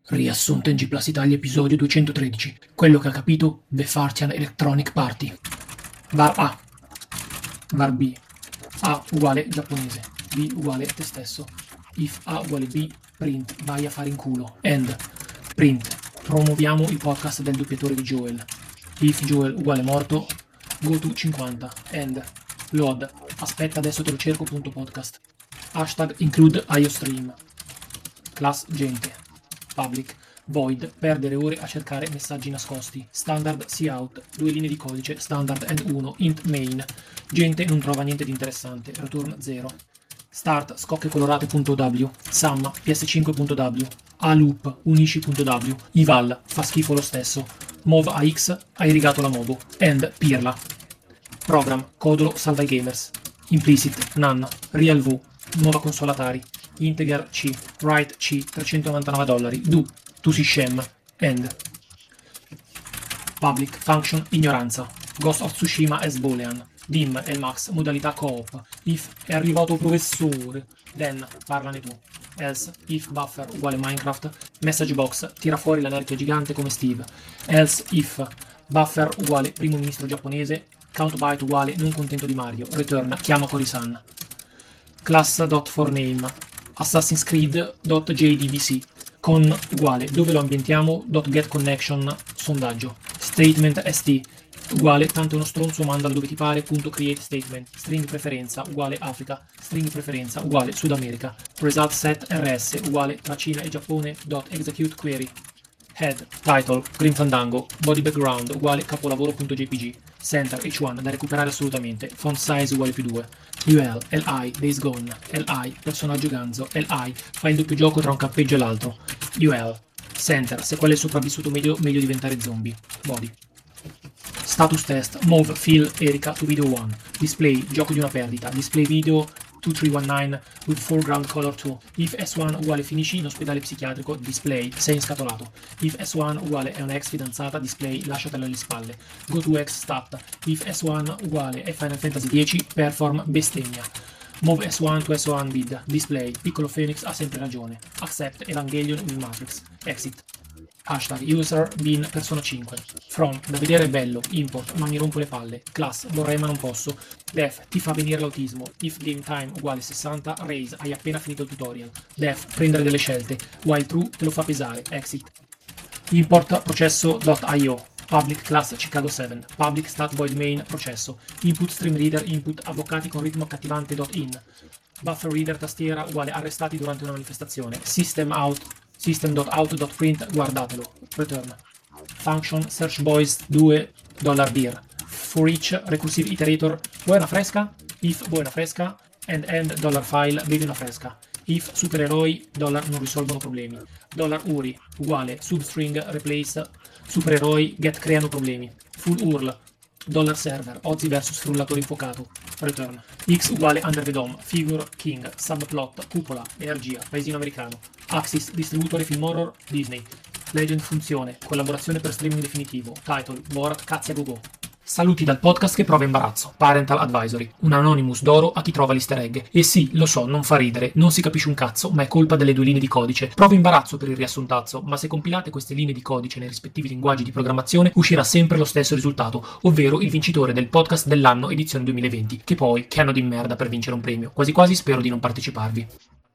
Riassunto in G+ Italia, episodio 213. Quello che ha capito The Fartian Electronic Party. Var A. Var B. A uguale giapponese. B uguale te stesso. If A uguale B, print, vai a fare in culo. End. Print. Promuoviamo il podcast del doppiatore di Joel. If Joel uguale morto, go to 50. End. Load. Aspetta, adesso te lo cerco. .podcast. Hashtag include IOStream. Class gente. Public. Void. Perdere ore a cercare messaggi nascosti. Standard cout. 2 linee di codice. Standard and 1. Int main. Gente non trova niente di interessante. Return 0. Start. Scocchecolorate.w. Sum. ps5.w. A loop. Unisci.w. Eval. Fa schifo lo stesso. Mov AX. Hai rigato la Movo. End. Pirla. Program. Codolo salva i gamers. Implicit. None. Real V. Nuova console Atari. Integer C. Write C. $399. Do. Tu si scem. End. Public. Function. Ignoranza. Ghost of Tsushima as Boolean. Dim e Max. Modalità co-op. If è arrivato professore. Then. Parlane tu. Else. If buffer uguale Minecraft. Message box. Tira fuori l'anerchia gigante come Steve. Else. If buffer uguale primo ministro giapponese. Count byte uguale non contento di Mario. Return. Chiama Cory-san. Class.forName. Assassin's Creed.jdbc. Con uguale dove lo ambientiamo. .getConnection sondaggio. Statement st uguale tanto uno stronzo manda dove ti pare. .create statement. String preferenza uguale Africa. String preferenza uguale Sud America. Result set rs uguale tra Cina e Giappone. .execute query. Head. Title. Grim Fandango. Body background uguale capolavoro.jpg. Center H1 da recuperare assolutamente. Font size uguale +2. UL. LI. Days Gone. LI. Personaggio ganzo. LI. Fai il doppio gioco tra un campeggio e l'altro. UL. Center. Se quello è sopravvissuto meglio diventare zombie. Body. Status test. Move. Phil. Erika. To video 1. Display. Gioco di una perdita. Display video 2319 with foreground color 2. If S1 uguale finisci in ospedale psichiatrico. Display. Sei inscatolato. If S1 uguale è una ex fidanzata. Display. Lasciatela alle spalle. Go to X stat. If S1 uguale è Final Fantasy X. Perform bestemmia. Move S1 to S1 bid. Display. Piccolo Phoenix ha sempre ragione. Accept Evangelion with Matrix. Exit. Hashtag user bin persona 5. From. Da vedere è bello. Import. Ma mi rompo le palle. Class. Vorrei ma non posso. Def. Ti fa venire l'autismo. If game time uguale 60. Raise. Hai appena finito il tutorial. Def. Prendere delle scelte. While true te lo fa pesare. Exit. Import processo.io. Public class Chicago 7. Public stat void main processo. Input stream reader input avvocati con ritmo accattivante.in. Buffer reader tastiera uguale arrestati durante una manifestazione. System out. System.out.print guardatelo. Return. Function search boys 2 $beer. For each recursive iterator vuoi una fresca? If vuoi una fresca and end $file bevi una fresca. If supereroi non risolvono problemi. $URI uguale substring replace supereroi get creano problemi. Full URL $server Ozzy vs frullatore infuocato. Return. X uguale under the dome. Figure king. Subplot cupola. Energia. Paesino americano. Axis distributore film horror Disney. Legend funzione. Collaborazione per streaming definitivo. Title Borat cazzi a go. Saluti dal podcast che prova imbarazzo. Parental Advisory. Un anonymous d'oro a chi trova l'easter egg. E sì, lo so, non fa ridere, non si capisce un cazzo, ma è colpa delle 2 linee di codice. Prova imbarazzo per il riassuntazzo, ma se compilate queste linee di codice nei rispettivi linguaggi di programmazione uscirà sempre lo stesso risultato, ovvero il vincitore del podcast dell'anno edizione 2020, che poi, che anno di merda per vincere un premio. Quasi quasi spero di non parteciparvi.